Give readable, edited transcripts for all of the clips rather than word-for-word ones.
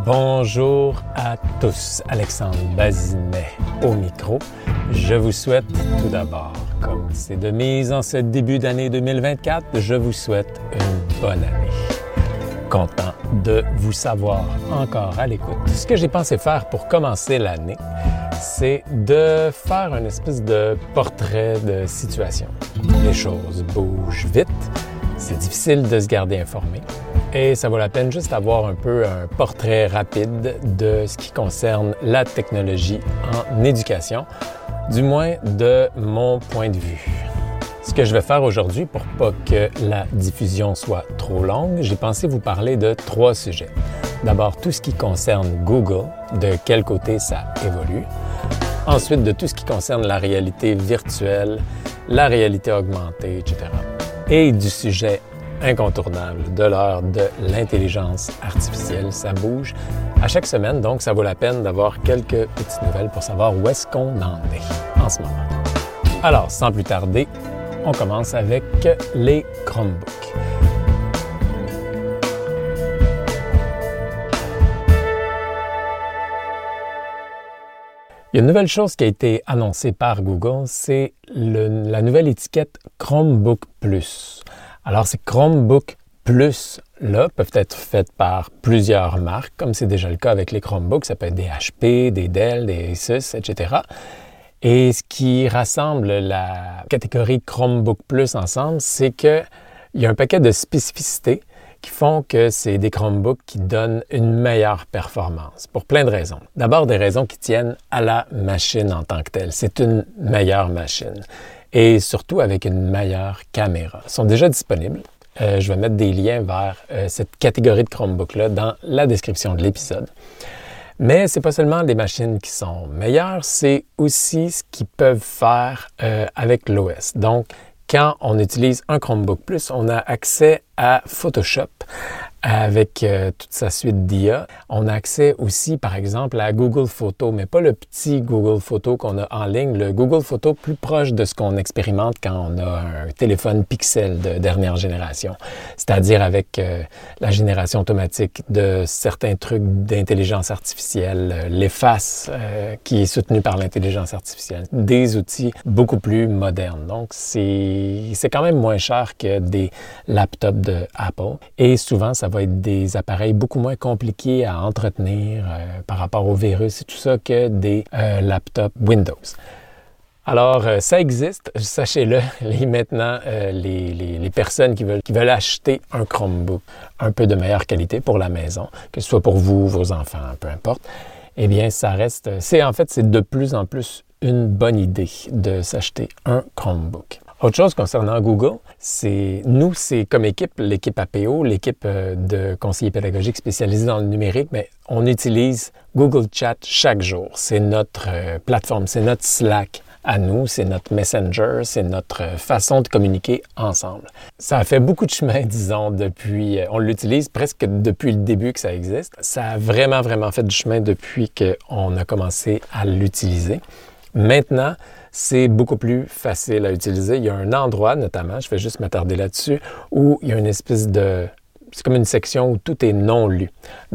Bonjour à tous, Alexandre Bazinet au micro. Je vous souhaite tout d'abord, comme c'est de mise en ce début d'année 2024, je vous souhaite une bonne année. Content de vous savoir encore à l'écoute. Ce que j'ai pensé faire pour commencer l'année, c'est de faire une espèce de portrait de situation. Les choses bougent vite, c'est difficile de se garder informé. Et ça vaut la peine juste d'avoir un peu un portrait rapide de ce qui concerne la technologie en éducation, du moins de mon point de vue. Ce que je vais faire aujourd'hui pour pas que la diffusion soit trop longue, j'ai pensé vous parler de 3 sujets. D'abord, tout ce qui concerne Google, de quel côté ça évolue. Ensuite, de tout ce qui concerne la réalité virtuelle, la réalité augmentée, etc. Et du sujet incontournable de l'heure de l'intelligence artificielle. Ça bouge à chaque semaine, donc ça vaut la peine d'avoir quelques petites nouvelles pour savoir où est-ce qu'on en est en ce moment. Alors, sans plus tarder, on commence avec les Chromebooks. Il y a une nouvelle chose qui a été annoncée par Google, c'est la nouvelle étiquette Chromebook Plus. Alors, ces Chromebook Plus-là peuvent être faites par plusieurs marques, comme c'est déjà le cas avec les Chromebooks. Ça peut être des HP, des Dell, des Asus, etc. Et ce qui rassemble la catégorie Chromebook Plus ensemble, c'est qu'il y a un paquet de spécificités qui font que c'est des Chromebooks qui donnent une meilleure performance, pour plein de raisons. D'abord, des raisons qui tiennent à la machine en tant que telle. C'est une meilleure machine. Et surtout avec une meilleure caméra. Ils sont déjà disponibles. Je vais mettre des liens vers cette catégorie de Chromebook-là dans la description de l'épisode. Mais ce n'est pas seulement des machines qui sont meilleures, c'est aussi ce qu'ils peuvent faire avec l'OS. Donc, quand on utilise un Chromebook Plus, on a accès à Photoshop avec toute sa suite d'IA. On a accès aussi, par exemple, à Google Photos, mais pas le petit Google Photos qu'on a en ligne, le Google Photos plus proche de ce qu'on expérimente quand on a un téléphone Pixel de dernière génération, c'est-à-dire avec la génération automatique de certains trucs d'intelligence artificielle, l'efface qui est soutenu par l'intelligence artificielle, des outils beaucoup plus modernes. Donc, c'est quand même moins cher que des laptops de Apple et souvent, ça va être des appareils beaucoup moins compliqués à entretenir par rapport aux virus et tout ça que des laptops Windows. Alors, ça existe, sachez-le, maintenant, les personnes qui veulent acheter un Chromebook un peu de meilleure qualité pour la maison, que ce soit pour vous, vos enfants, peu importe, eh bien, ça reste, c'est de plus en plus une bonne idée de s'acheter un Chromebook. Autre chose concernant Google, c'est comme équipe, l'équipe APO, l'équipe de conseillers pédagogiques spécialisés dans le numérique, mais on utilise Google Chat chaque jour. C'est notre plateforme, c'est notre Slack à nous, c'est notre Messenger, c'est notre façon de communiquer ensemble. Ça a fait beaucoup de chemin, disons, on l'utilise presque depuis le début que ça existe. Ça a vraiment, vraiment fait du chemin depuis qu'on a commencé à l'utiliser. Maintenant, c'est beaucoup plus facile à utiliser. Il y a un endroit, notamment, je vais juste m'attarder là-dessus, où il y a une espèce c'est comme une section où tout est non lu.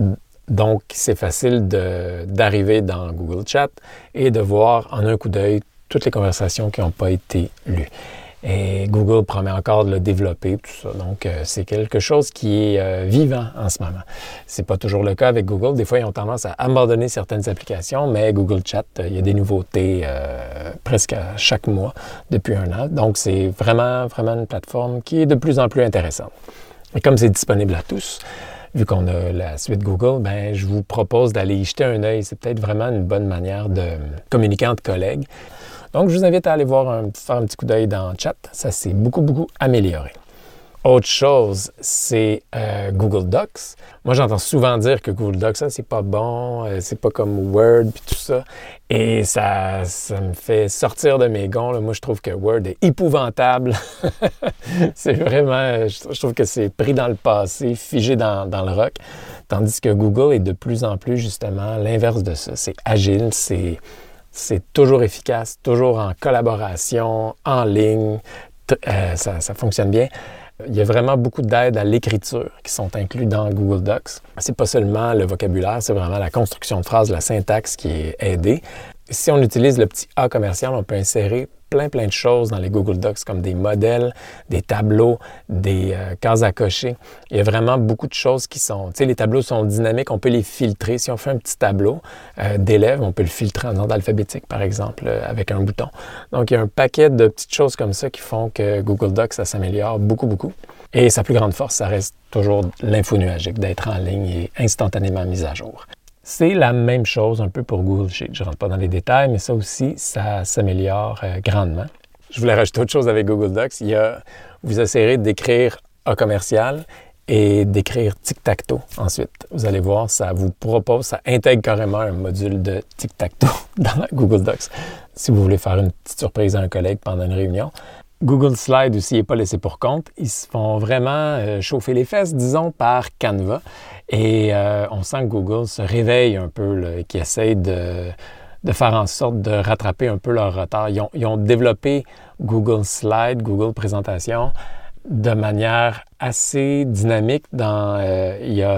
Donc, c'est facile d'arriver dans Google Chat et de voir en un coup d'œil toutes les conversations qui n'ont pas été lues. Et Google promet encore de le développer, tout ça. Donc, c'est quelque chose qui est vivant en ce moment. C'est pas toujours le cas avec Google. Des fois, ils ont tendance à abandonner certaines applications, mais Google Chat, il y a des nouveautés presque à chaque mois depuis 1 an. Donc, c'est vraiment, vraiment une plateforme qui est de plus en plus intéressante. Et comme c'est disponible à tous, vu qu'on a la suite Google, ben je vous propose d'aller y jeter un œil. C'est peut-être vraiment une bonne manière de communiquer entre collègues. Donc, je vous invite à aller faire un petit coup d'œil dans le chat. Ça s'est beaucoup, beaucoup amélioré. Autre chose, c'est Google Docs. Moi, j'entends souvent dire que Google Docs, ça, c'est pas bon, c'est pas comme Word puis tout ça. Et ça me fait sortir de mes gonds. Là. Moi, je trouve que Word est épouvantable. C'est vraiment, je trouve que c'est pris dans le passé, figé dans le roc. Tandis que Google est de plus en plus, justement, l'inverse de ça. C'est agile, c'est toujours efficace, toujours en collaboration, en ligne. Ça fonctionne bien. Il y a vraiment beaucoup d'aides à l'écriture qui sont inclus dans Google Docs. C'est pas seulement le vocabulaire, c'est vraiment la construction de phrases, la syntaxe qui est aidée. Si on utilise le petit A commercial, on peut insérer plein de choses dans les Google Docs, comme des modèles, des tableaux, des cases à cocher. Il y a vraiment beaucoup de choses qui sont... Tu sais, les tableaux sont dynamiques, on peut les filtrer. Si on fait un petit tableau d'élèves, on peut le filtrer en ordre alphabétique, par exemple, avec un bouton. Donc, il y a un paquet de petites choses comme ça qui font que Google Docs, ça s'améliore beaucoup. Et sa plus grande force, ça reste toujours l'info nuagique, d'être en ligne et instantanément mise à jour. C'est la même chose un peu pour Google Sheets. Je ne rentre pas dans les détails, mais ça aussi, ça s'améliore grandement. Je voulais rajouter autre chose avec Google Docs. Vous essayerez d'écrire A commercial et d'écrire tic-tac-toe ensuite. Vous allez voir, ça vous propose, ça intègre carrément un module de tic-tac-toe dans Google Docs. Si vous voulez faire une petite surprise à un collègue pendant une réunion. Google Slide aussi n'est pas laissé pour compte. Ils se font vraiment chauffer les fesses, disons, par Canva. Et on sent que Google se réveille un peu, là, qui essaye de faire en sorte de rattraper un peu leur retard. Ils ont développé Google Slide, Google Présentation, de manière assez dynamique il y a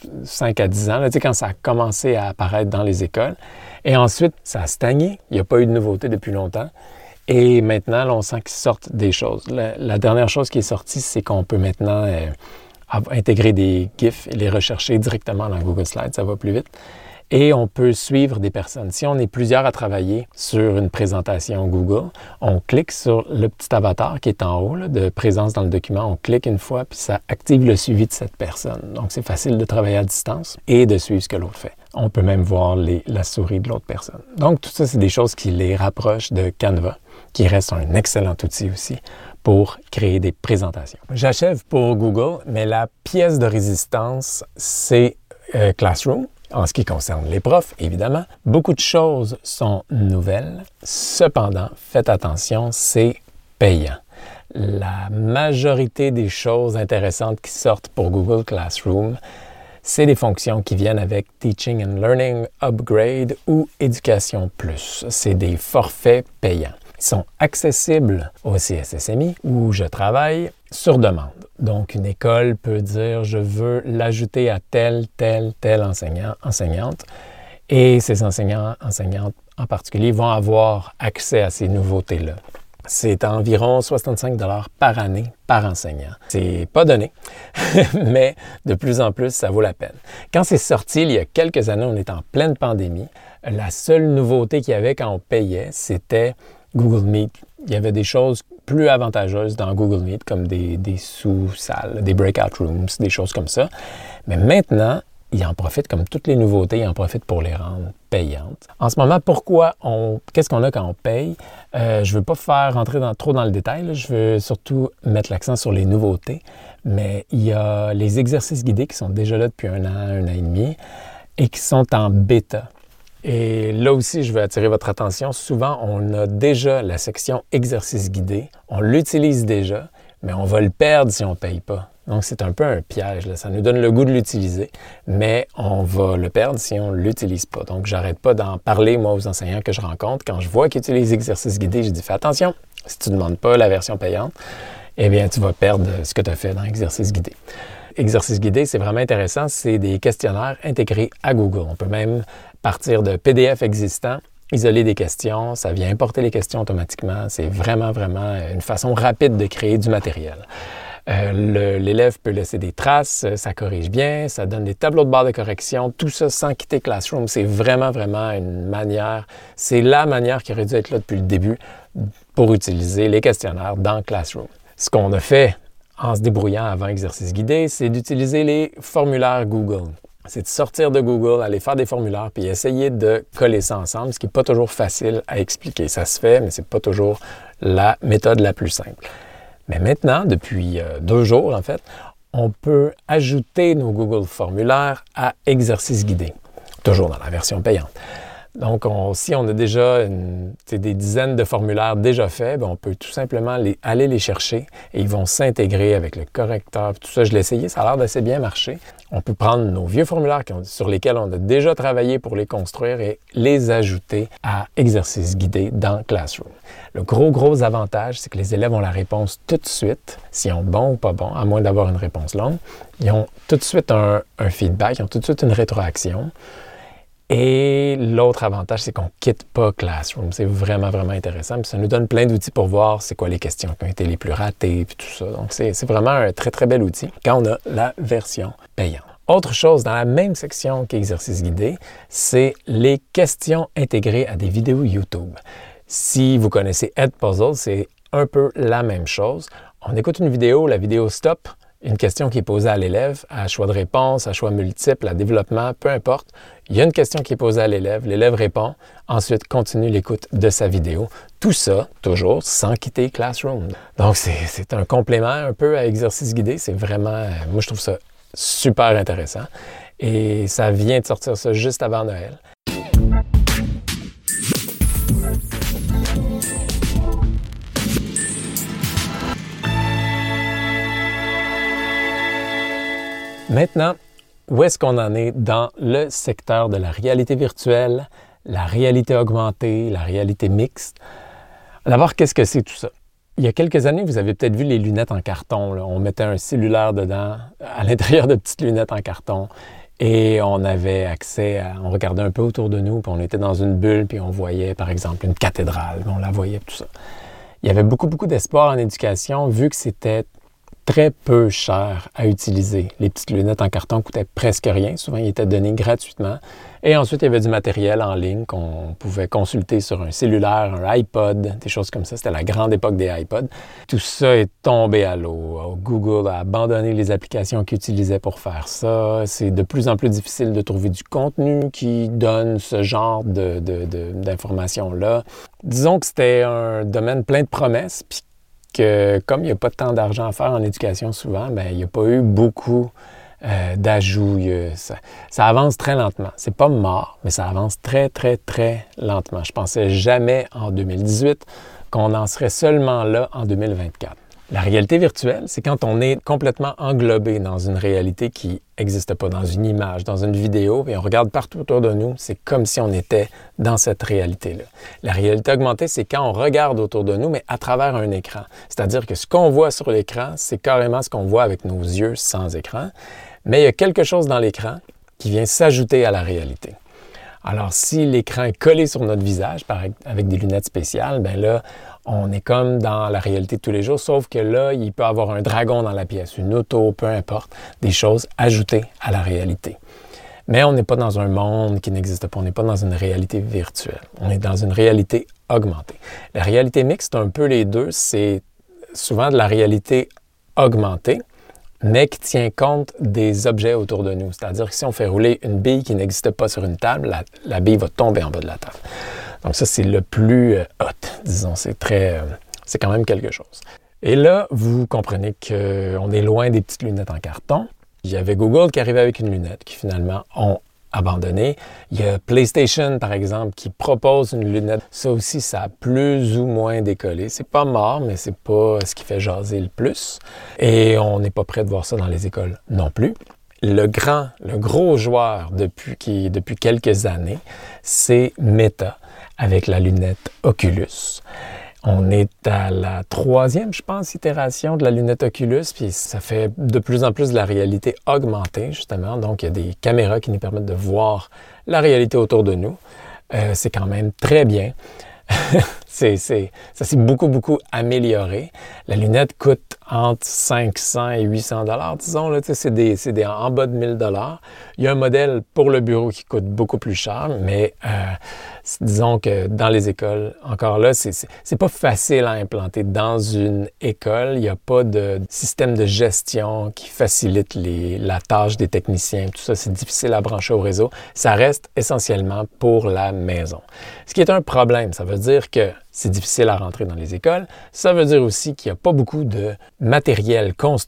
5 à 10 ans, là, tu sais, quand ça a commencé à apparaître dans les écoles. Et ensuite, ça a stagné. Il n'y a pas eu de nouveauté depuis longtemps. Et maintenant, là, on sent qu'ils sortent des choses. La dernière chose qui est sortie, c'est qu'on peut maintenant intégrer des GIFs et les rechercher directement dans Google Slides. Ça va plus vite. Et on peut suivre des personnes. Si on est plusieurs à travailler sur une présentation Google, on clique sur le petit avatar qui est en haut là, de présence dans le document. On clique une fois, puis ça active le suivi de cette personne. Donc, c'est facile de travailler à distance et de suivre ce que l'autre fait. On peut même voir la souris de l'autre personne. Donc, tout ça, c'est des choses qui les rapprochent de Canva, qui reste un excellent outil aussi pour créer des présentations. J'achève pour Google, mais la pièce de résistance, c'est Classroom. En ce qui concerne les profs, évidemment, beaucoup de choses sont nouvelles. Cependant, faites attention, c'est payant. La majorité des choses intéressantes qui sortent pour Google Classroom, c'est des fonctions qui viennent avec Teaching and Learning Upgrade ou Éducation Plus. C'est des forfaits payants. Ils sont accessibles au CSSMI où je travaille sur demande. Donc, une école peut dire « je veux l'ajouter à tel enseignante » et ces enseignantes en particulier vont avoir accès à ces nouveautés-là. C'est environ 65 $ par année par enseignant. C'est pas donné, mais de plus en plus, ça vaut la peine. Quand c'est sorti, il y a quelques années, on est en pleine pandémie. La seule nouveauté qu'il y avait quand on payait, c'était Google Meet. Il y avait des choses plus avantageuses dans Google Meet, comme des sous-salles, des breakout rooms, des choses comme ça. Mais maintenant, ils en profitent, comme toutes les nouveautés, ils en profitent pour les rendre payantes. En ce moment, qu'est-ce qu'on a quand on paye? Je ne veux pas faire rentrer trop dans le détail, là. Je veux surtout mettre l'accent sur les nouveautés. Mais il y a les exercices guidés qui sont déjà là depuis un an et demi, et qui sont en bêta. Et là aussi, je veux attirer votre attention. Souvent, on a déjà la section exercices guidés. On l'utilise déjà, mais on va le perdre si on ne paye pas. Donc, c'est un peu un piège, là. Ça nous donne le goût de l'utiliser, mais on va le perdre si on ne l'utilise pas. Donc, j'arrête pas d'en parler, moi, aux enseignants que je rencontre. Quand je vois qu'ils utilisent exercices guidés, je dis « Fais attention, si tu ne demandes pas la version payante, eh bien, tu vas perdre ce que tu as fait dans exercices guidés. » Exercices guidés, c'est vraiment intéressant. C'est des questionnaires intégrés à Google. On peut même partir de PDF existants, isoler des questions. Ça vient importer les questions automatiquement. C'est vraiment une façon rapide de créer du matériel. L'élève peut laisser des traces, ça corrige bien, ça donne des tableaux de bord de correction, tout ça sans quitter Classroom. C'est vraiment une manière, c'est la manière qui aurait dû être là depuis le début pour utiliser les questionnaires dans Classroom. Ce qu'on a fait en se débrouillant avant exercice guidé, c'est d'utiliser les formulaires Google. C'est de sortir de Google, aller faire des formulaires, puis essayer de coller ça ensemble, ce qui n'est pas toujours facile à expliquer. Ça se fait, mais ce n'est pas toujours la méthode la plus simple. Mais maintenant, depuis 2 jours, en fait, on peut ajouter nos Google formulaires à exercices guidés, toujours dans la version payante. Donc, si on a déjà des dizaines de formulaires déjà faits, bien, on peut tout simplement aller les chercher et ils vont s'intégrer avec le correcteur. Tout ça, je l'ai essayé, ça a l'air d'assez bien marcher. On peut prendre nos vieux formulaires sur lesquels on a déjà travaillé pour les construire et les ajouter à exercices guidés dans Classroom. Le gros avantage, c'est que les élèves ont la réponse tout de suite, s'ils ont bon ou pas bon, à moins d'avoir une réponse longue. Ils ont tout de suite un feedback, ils ont tout de suite une rétroaction. Et l'autre avantage, c'est qu'on ne quitte pas Classroom. C'est vraiment intéressant. Puis ça nous donne plein d'outils pour voir c'est quoi les questions qui ont été les plus ratées, puis tout ça. Donc, c'est vraiment un très bel outil quand on a la version payante. Autre chose, dans la même section qu'exercice guidé, c'est les questions intégrées à des vidéos YouTube. Si vous connaissez Edpuzzle, c'est un peu la même chose. On écoute une vidéo, la vidéo stop, une question qui est posée à l'élève, à choix de réponse, à choix multiple, à développement, peu importe. Il y a une question qui est posée à l'élève répond, ensuite continue l'écoute de sa vidéo. Tout ça, toujours, sans quitter Classroom. Donc, c'est un complément un peu à exercice guidé. C'est vraiment, moi, je trouve ça super intéressant. Et ça vient de sortir ça juste avant Noël. Maintenant, où est-ce qu'on en est dans le secteur de la réalité virtuelle, la réalité augmentée, la réalité mixte? D'abord, qu'est-ce que c'est tout ça? Il y a quelques années, vous avez peut-être vu les lunettes en carton. Là. On mettait un cellulaire dedans, à l'intérieur de petites lunettes en carton, et on avait accès on regardait un peu autour de nous, puis on était dans une bulle, puis on voyait, par exemple, une cathédrale, puis on la voyait, tout ça. Il y avait beaucoup d'espoir en éducation, vu que c'était très peu cher à utiliser. Les petites lunettes en carton coûtaient presque rien. Souvent, ils étaient donnés gratuitement. Et ensuite, il y avait du matériel en ligne qu'on pouvait consulter sur un cellulaire, un iPod, des choses comme ça. C'était la grande époque des iPods. Tout ça est tombé à l'eau. Google a abandonné les applications qu'ils utilisaient pour faire ça. C'est de plus en plus difficile de trouver du contenu qui donne ce genre d'informations-là. Disons que c'était un domaine plein de promesses, puis que comme il n'y a pas tant d'argent à faire en éducation souvent, bien, il n'y a pas eu beaucoup d'ajouts. Ça avance très lentement. C'est pas mort, mais ça avance très lentement. Je pensais jamais en 2018 qu'on en serait seulement là en 2024. La réalité virtuelle, c'est quand on est complètement englobé dans une réalité qui n'existe pas, dans une image, dans une vidéo, et on regarde partout autour de nous, c'est comme si on était dans cette réalité-là. La réalité augmentée, c'est quand on regarde autour de nous, mais à travers un écran. C'est-à-dire que ce qu'on voit sur l'écran, c'est carrément ce qu'on voit avec nos yeux sans écran, mais il y a quelque chose dans l'écran qui vient s'ajouter à la réalité. Alors, si l'écran est collé sur notre visage, avec des lunettes spéciales, bien là, on est comme dans la réalité de tous les jours, sauf que là, il peut y avoir un dragon dans la pièce, une auto, peu importe, des choses ajoutées à la réalité. Mais on n'est pas dans un monde qui n'existe pas, on n'est pas dans une réalité virtuelle, on est dans une réalité augmentée. La réalité mixte, un peu les deux, c'est souvent de la réalité augmentée, mais qui tient compte des objets autour de nous. C'est-à-dire que si on fait rouler une bille qui n'existe pas sur une table, la bille va tomber en bas de la table. Donc ça, c'est le plus hot, disons. C'est quand même quelque chose. Et là, vous comprenez qu'on est loin des petites lunettes en carton. Il y avait Google qui arrivait avec une lunette qui finalement ont abandonné. Il y a PlayStation, par exemple, qui propose une lunette. Ça aussi, ça a plus ou moins décollé. C'est pas mort, mais c'est pas ce qui fait jaser le plus. Et on n'est pas prêt de voir ça dans les écoles non plus. Le gros joueur depuis quelques années, c'est Meta avec la lunette Oculus. On est à la 3e, je pense, itération de la lunette Oculus, puis ça fait de plus en plus de la réalité augmentée, justement. Donc, il y a des caméras qui nous permettent de voir la réalité autour de nous. C'est quand même très bien. Ça s'est beaucoup amélioré. La lunette coûte entre 500 et 800 $, disons. Là, c'est en bas de 1000 $. Il y a un modèle pour le bureau qui coûte beaucoup plus cher, mais disons que dans les écoles, encore là, c'est pas facile à implanter dans une école. Il n'y a pas de système de gestion qui facilite la tâche des techniciens. Tout ça, c'est difficile à brancher au réseau. Ça reste essentiellement pour la maison. Ce qui est un problème, ça veut dire que c'est difficile à rentrer dans les écoles. Ça veut dire aussi qu'il n'y a pas beaucoup de matériel construit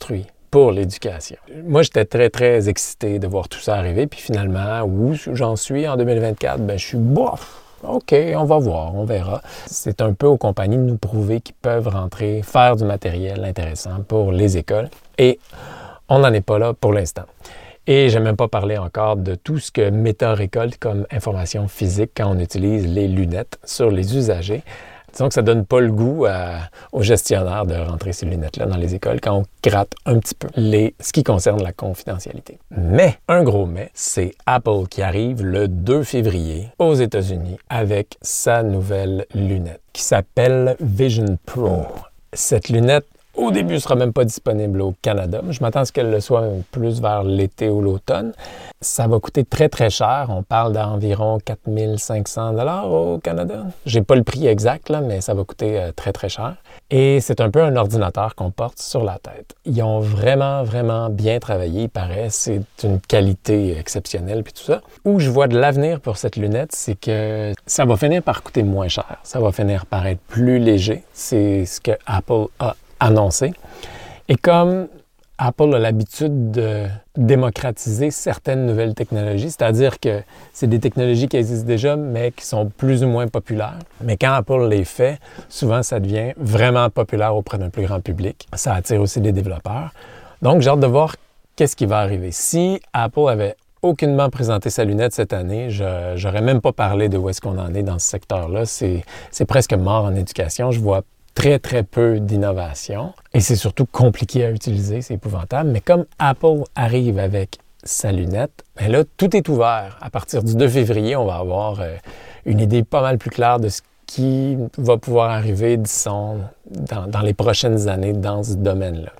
pour l'éducation. Moi, j'étais très, très excité de voir tout ça arriver. Puis finalement, où j'en suis en 2024? Je suis bof. OK, on va voir, on verra. C'est un peu aux compagnies de nous prouver qu'ils peuvent rentrer, faire du matériel intéressant pour les écoles. Et on n'en est pas là pour l'instant. Et je n'ai même pas parlé encore de tout ce que Meta récolte comme information physique quand on utilise les lunettes sur les usagers. Disons que ça ne donne pas le goût aux gestionnaires de rentrer ces lunettes-là dans les écoles quand on gratte un petit peu ce qui concerne la confidentialité. Mais, un gros mais, c'est Apple qui arrive le 2 février aux États-Unis avec sa nouvelle lunette qui s'appelle Vision Pro. Cette lunette, au début, ne sera même pas disponible au Canada. Je m'attends à ce qu'elle le soit plus vers l'été ou l'automne. Ça va coûter très, très cher. On parle d'environ 4 500 $ au Canada. J'ai pas le prix exact, là, mais ça va coûter très, très cher. Et c'est un peu un ordinateur qu'on porte sur la tête. Ils ont vraiment, vraiment bien travaillé, il paraît. C'est une qualité exceptionnelle, puis tout ça. Où je vois de l'avenir pour cette lunette, c'est que ça va finir par coûter moins cher. Ça va finir par être plus léger. C'est ce que Apple a annoncé. Et comme Apple a l'habitude de démocratiser certaines nouvelles technologies, c'est-à-dire que c'est des technologies qui existent déjà, mais qui sont plus ou moins populaires. Mais quand Apple les fait, souvent ça devient vraiment populaire auprès d'un plus grand public. Ça attire aussi des développeurs. Donc, j'ai hâte de voir qu'est-ce qui va arriver. Si Apple avait aucunement présenté sa lunette cette année, j'aurais même pas parlé de où est-ce qu'on en est dans ce secteur-là. C'est presque mort en éducation. Je vois très, très peu d'innovation. Et c'est surtout compliqué à utiliser, c'est épouvantable. Mais comme Apple arrive avec sa lunette, bien là, tout est ouvert. À partir du 2 février, on va avoir une idée pas mal plus claire de ce qui va pouvoir arriver, disons, dans les prochaines années dans ce domaine-là.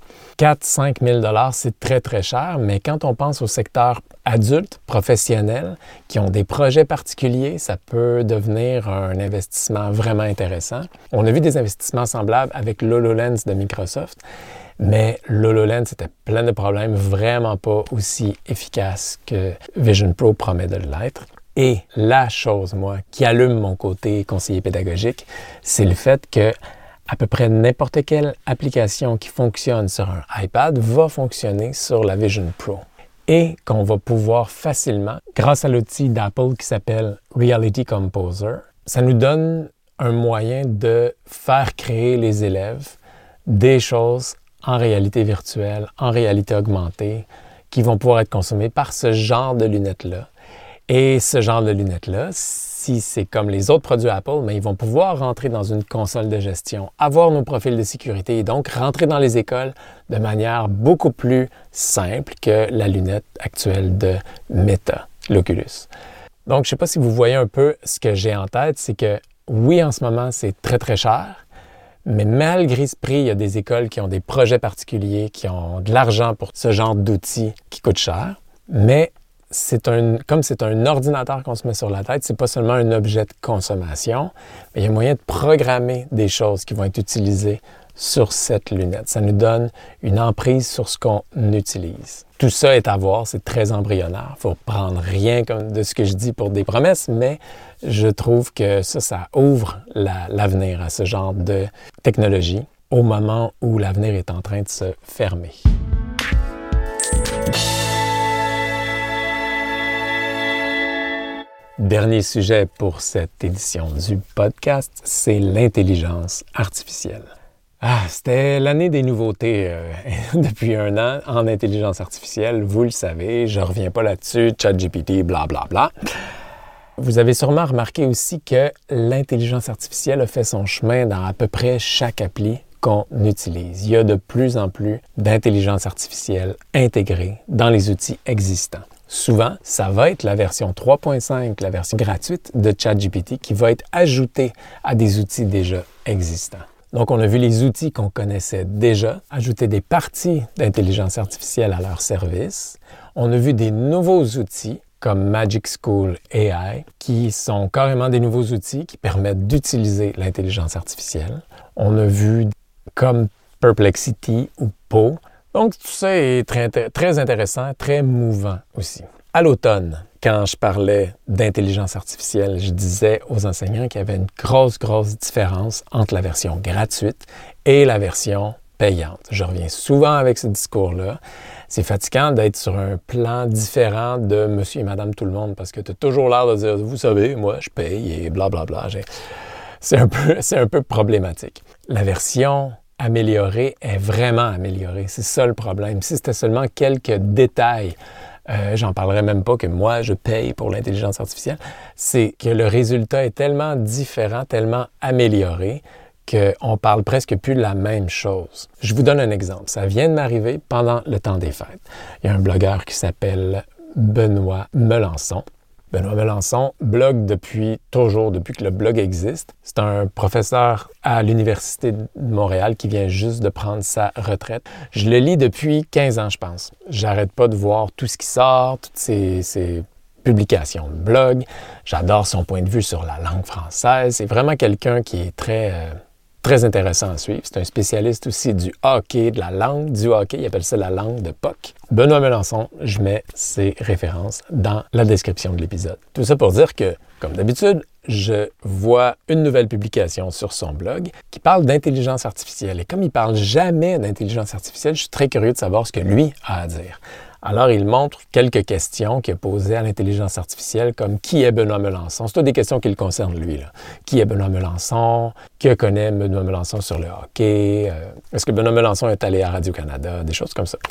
4 000 à 5 000 $, c'est très, très cher, mais quand on pense au secteur adulte, professionnel, qui ont des projets particuliers, ça peut devenir un investissement vraiment intéressant. On a vu des investissements semblables avec l'HoloLens de Microsoft, mais l'HoloLens était plein de problèmes, vraiment pas aussi efficace que Vision Pro promet de l'être. Et la chose, moi, qui allume mon côté conseiller pédagogique, c'est le fait que à peu près n'importe quelle application qui fonctionne sur un iPad va fonctionner sur la Vision Pro. Et qu'on va pouvoir facilement, grâce à l'outil d'Apple qui s'appelle Reality Composer, ça nous donne un moyen de faire créer les élèves des choses en réalité virtuelle, en réalité augmentée, qui vont pouvoir être consommées par ce genre de lunettes-là. Et ce genre de lunettes-là, si c'est comme les autres produits Apple, mais ils vont pouvoir rentrer dans une console de gestion, avoir nos profils de sécurité et donc rentrer dans les écoles de manière beaucoup plus simple que la lunette actuelle de Meta, l'Oculus. Donc, je ne sais pas si vous voyez un peu ce que j'ai en tête, c'est que oui, en ce moment, c'est très, très cher, mais malgré ce prix, il y a des écoles qui ont des projets particuliers, qui ont de l'argent pour ce genre d'outils qui coûtent cher, mais comme c'est un ordinateur qu'on se met sur la tête, c'est pas seulement un objet de consommation, mais il y a moyen de programmer des choses qui vont être utilisées sur cette lunette. Ça nous donne une emprise sur ce qu'on utilise. Tout ça est à voir, c'est très embryonnaire. Il faut prendre rien de ce que je dis pour des promesses, mais je trouve que ça ouvre l'avenir à ce genre de technologie au moment où l'avenir est en train de se fermer. Dernier sujet pour cette édition du podcast, c'est l'intelligence artificielle. C'était l'année des nouveautés depuis un an en intelligence artificielle, vous le savez, je ne reviens pas là-dessus, ChatGPT, blablabla. Vous avez sûrement remarqué aussi que l'intelligence artificielle a fait son chemin dans à peu près chaque appli qu'on utilise. Il y a de plus en plus d'intelligence artificielle intégrée dans les outils existants. Souvent, ça va être la version 3.5, la version gratuite de ChatGPT qui va être ajoutée à des outils déjà existants. Donc, on a vu les outils qu'on connaissait déjà, ajouter des parties d'intelligence artificielle à leur service. On a vu des nouveaux outils comme Magic School AI, qui sont carrément des nouveaux outils qui permettent d'utiliser l'intelligence artificielle. On a vu comme Perplexity ou Po. Donc, tout ça est très intéressant, très mouvant aussi. À l'automne, quand je parlais d'intelligence artificielle, je disais aux enseignants qu'il y avait une grosse différence entre la version gratuite et la version payante. Je reviens souvent avec ce discours-là. C'est fatigant d'être sur un plan différent de monsieur et madame tout le monde parce que tu as toujours l'air de dire, vous savez, moi, je paye et blablabla. C'est un peu problématique. La version améliorée est vraiment améliorée. C'est ça le problème. Si c'était seulement quelques détails, j'en parlerai même pas que moi, je paye pour l'intelligence artificielle, c'est que le résultat est tellement différent, tellement amélioré, qu'on parle presque plus de la même chose. Je vous donne un exemple. Ça vient de m'arriver pendant le temps des fêtes. Il y a un blogueur qui s'appelle Benoît Melançon. Benoît Melançon blogue depuis que le blog existe. C'est un professeur à l'Université de Montréal qui vient juste de prendre sa retraite. Je le lis depuis 15 ans, je pense. J'arrête pas de voir tout ce qui sort, toutes ses publications de blog. J'adore son point de vue sur la langue française. C'est vraiment quelqu'un qui est très intéressant à suivre. C'est un spécialiste aussi du hockey, de la langue du hockey. Il appelle ça la langue de puck. Benoît Melançon, je mets ses références dans la description de l'épisode. Tout ça pour dire que, comme d'habitude, je vois une nouvelle publication sur son blog qui parle d'intelligence artificielle. Et comme il parle jamais d'intelligence artificielle, je suis très curieux de savoir ce que lui a à dire. Alors, il montre quelques questions qu'il a posées à l'intelligence artificielle, comme « Qui est Benoît Melançon? » C'est toutes des questions qui le concernent, lui. Là. Qui est Benoît Melançon? Que connaît Benoît Melançon sur le hockey? Est-ce que Benoît Melançon est allé à Radio-Canada? Des choses comme ça.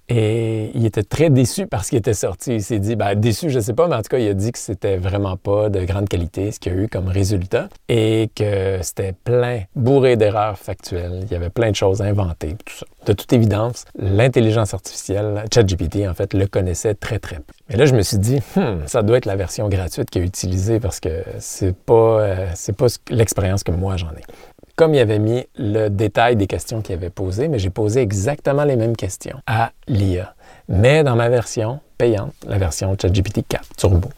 Et il était très déçu parce qu'il était sorti. Il s'est dit, déçu, je ne sais pas, mais en tout cas, il a dit que c'était vraiment pas de grande qualité, ce qu'il y a eu comme résultat, et que c'était bourré d'erreurs factuelles. Il y avait plein de choses inventées, tout ça. De toute évidence, l'intelligence artificielle, ChatGPT, en fait, le connaissait très, très peu. Mais là, je me suis dit, ça doit être la version gratuite qu'il a utilisée parce que c'est pas l'expérience que moi j'en ai. Comme il avait mis le détail des questions qu'il avait posées, mais j'ai posé exactement les mêmes questions à l'IA, mais dans ma version payante, la version ChatGPT 4 Turbo.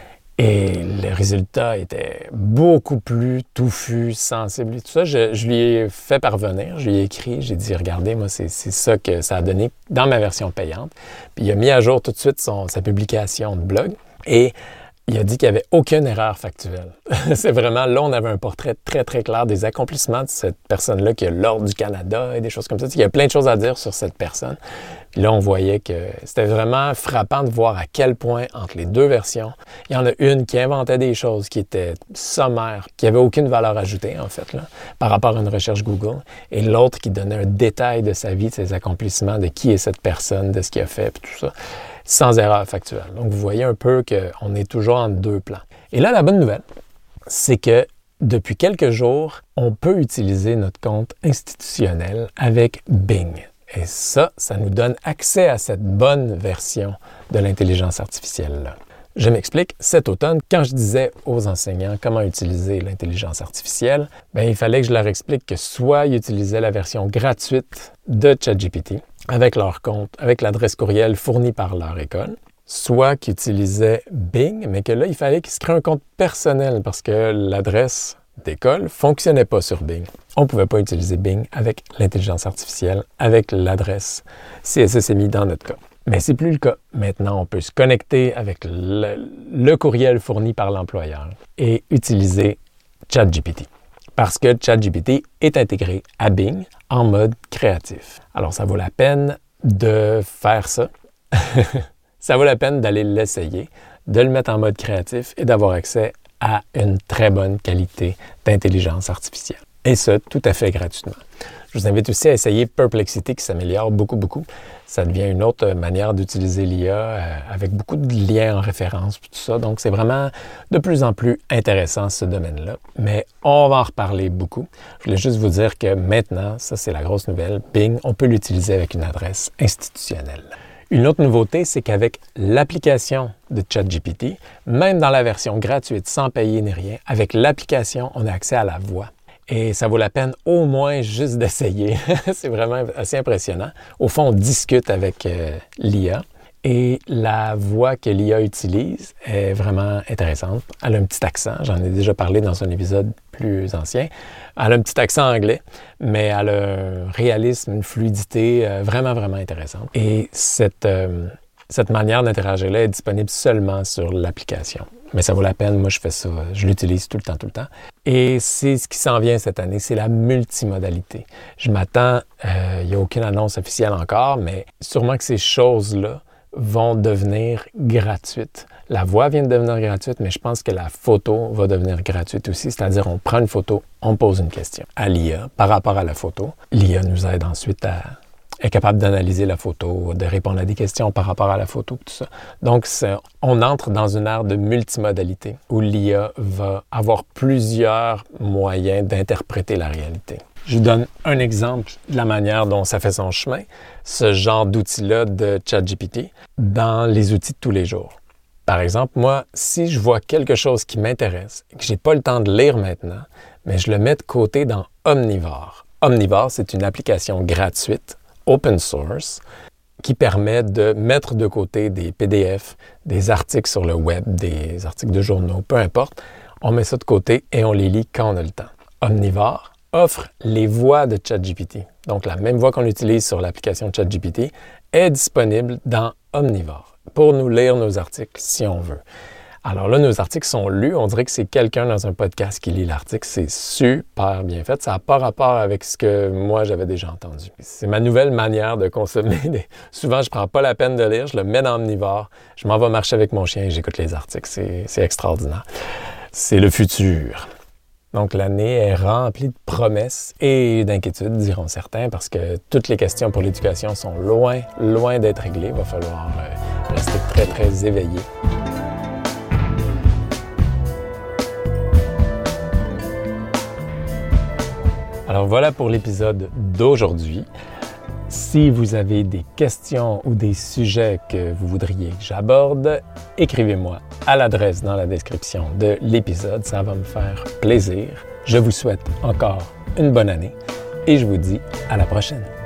Et le résultat était beaucoup plus touffu, sensible et tout ça. Je lui ai fait parvenir, je lui ai écrit, j'ai dit, regardez, moi, c'est ça que ça a donné dans ma version payante. Puis il a mis à jour tout de suite sa publication de blog et il a dit qu'il n'y avait aucune erreur factuelle. C'est vraiment, là, on avait un portrait très, très clair des accomplissements de cette personne-là qui a l'Ordre du Canada et des choses comme ça. Il y a plein de choses à dire sur cette personne. Puis là, on voyait que c'était vraiment frappant de voir à quel point, entre les deux versions, il y en a une qui inventait des choses qui étaient sommaires, qui n'avaient aucune valeur ajoutée, en fait, là, par rapport à une recherche Google, et l'autre qui donnait un détail de sa vie, de ses accomplissements, de qui est cette personne, de ce qu'il a fait, puis tout ça, sans erreur factuelle. Donc, vous voyez un peu qu'on est toujours en deux plans. Et là, la bonne nouvelle, c'est que depuis quelques jours, on peut utiliser notre compte institutionnel avec Bing. Et ça nous donne accès à cette bonne version de l'intelligence artificielle-là. Je m'explique, cet automne, quand je disais aux enseignants comment utiliser l'intelligence artificielle, il fallait que je leur explique que soit ils utilisaient la version gratuite de ChatGPT avec leur compte, avec l'adresse courriel fournie par leur école, soit qu'ils utilisaient Bing, mais que là, il fallait qu'ils se créent un compte personnel parce que l'adresse d'école ne fonctionnait pas sur Bing. On ne pouvait pas utiliser Bing avec l'intelligence artificielle, avec l'adresse CSSMI dans notre cas. Mais ce n'est plus le cas. Maintenant, on peut se connecter avec le courriel fourni par l'employeur et utiliser ChatGPT. Parce que ChatGPT est intégré à Bing en mode créatif. Alors, ça vaut la peine de faire ça. Ça vaut la peine d'aller l'essayer, de le mettre en mode créatif et d'avoir accès à une très bonne qualité d'intelligence artificielle. Et ça, tout à fait gratuitement. Je vous invite aussi à essayer Perplexity qui s'améliore beaucoup, beaucoup. Ça devient une autre manière d'utiliser l'IA avec beaucoup de liens en référence et tout ça. Donc, c'est vraiment de plus en plus intéressant ce domaine-là. Mais on va en reparler beaucoup. Je voulais juste vous dire que maintenant, ça c'est la grosse nouvelle, Bing, on peut l'utiliser avec une adresse institutionnelle. Une autre nouveauté, c'est qu'avec l'application de ChatGPT, même dans la version gratuite, sans payer ni rien, avec l'application, on a accès à la voix. Et ça vaut la peine au moins juste d'essayer. C'est vraiment assez impressionnant. Au fond, on discute avec l'IA et la voix que l'IA utilise est vraiment intéressante. Elle a un petit accent, j'en ai déjà parlé dans un épisode plus ancien. Elle a un petit accent anglais, mais elle a un réalisme, une fluidité vraiment, vraiment intéressante. Et cette manière d'interagir-là est disponible seulement sur l'application. Mais ça vaut la peine, moi je fais ça, je l'utilise tout le temps. Et c'est ce qui s'en vient cette année, c'est la multimodalité. Je m'attends, il n'y a aucune annonce officielle encore, mais sûrement que ces choses-là vont devenir gratuites. La voix vient de devenir gratuite, mais je pense que la photo va devenir gratuite aussi. C'est-à-dire, on prend une photo, on pose une question à l'IA par rapport à la photo. L'IA nous aide ensuite est capable d'analyser la photo, de répondre à des questions par rapport à la photo, tout ça. Donc, on entre dans une ère de multimodalité où l'IA va avoir plusieurs moyens d'interpréter la réalité. Je vous donne un exemple de la manière dont ça fait son chemin, ce genre d'outil-là de ChatGPT, dans les outils de tous les jours. Par exemple, moi, si je vois quelque chose qui m'intéresse et que je n'ai pas le temps de lire maintenant, mais je le mets de côté dans Omnivore. Omnivore, c'est une application gratuite open source qui permet de mettre de côté des PDF, des articles sur le web, des articles de journaux, peu importe. On met ça de côté et on les lit quand on a le temps. Omnivore offre les voix de ChatGPT. Donc, la même voix qu'on utilise sur l'application ChatGPT est disponible dans Omnivore pour nous lire nos articles si on veut. Alors là, nos articles sont lus. On dirait que c'est quelqu'un dans un podcast qui lit l'article. C'est super bien fait. Ça n'a pas rapport avec ce que moi, j'avais déjà entendu. C'est ma nouvelle manière de consommer. Souvent, je ne prends pas la peine de lire. Je le mets dans Omnivore. Je m'en vais marcher avec mon chien et j'écoute les articles. C'est extraordinaire. C'est le futur. Donc, l'année est remplie de promesses et d'inquiétudes, diront certains, parce que toutes les questions pour l'éducation sont loin d'être réglées. Il va falloir rester très, très éveillé. Alors voilà pour l'épisode d'aujourd'hui. Si vous avez des questions ou des sujets que vous voudriez que j'aborde, écrivez-moi à l'adresse dans la description de l'épisode. Ça va me faire plaisir. Je vous souhaite encore une bonne année et je vous dis à la prochaine.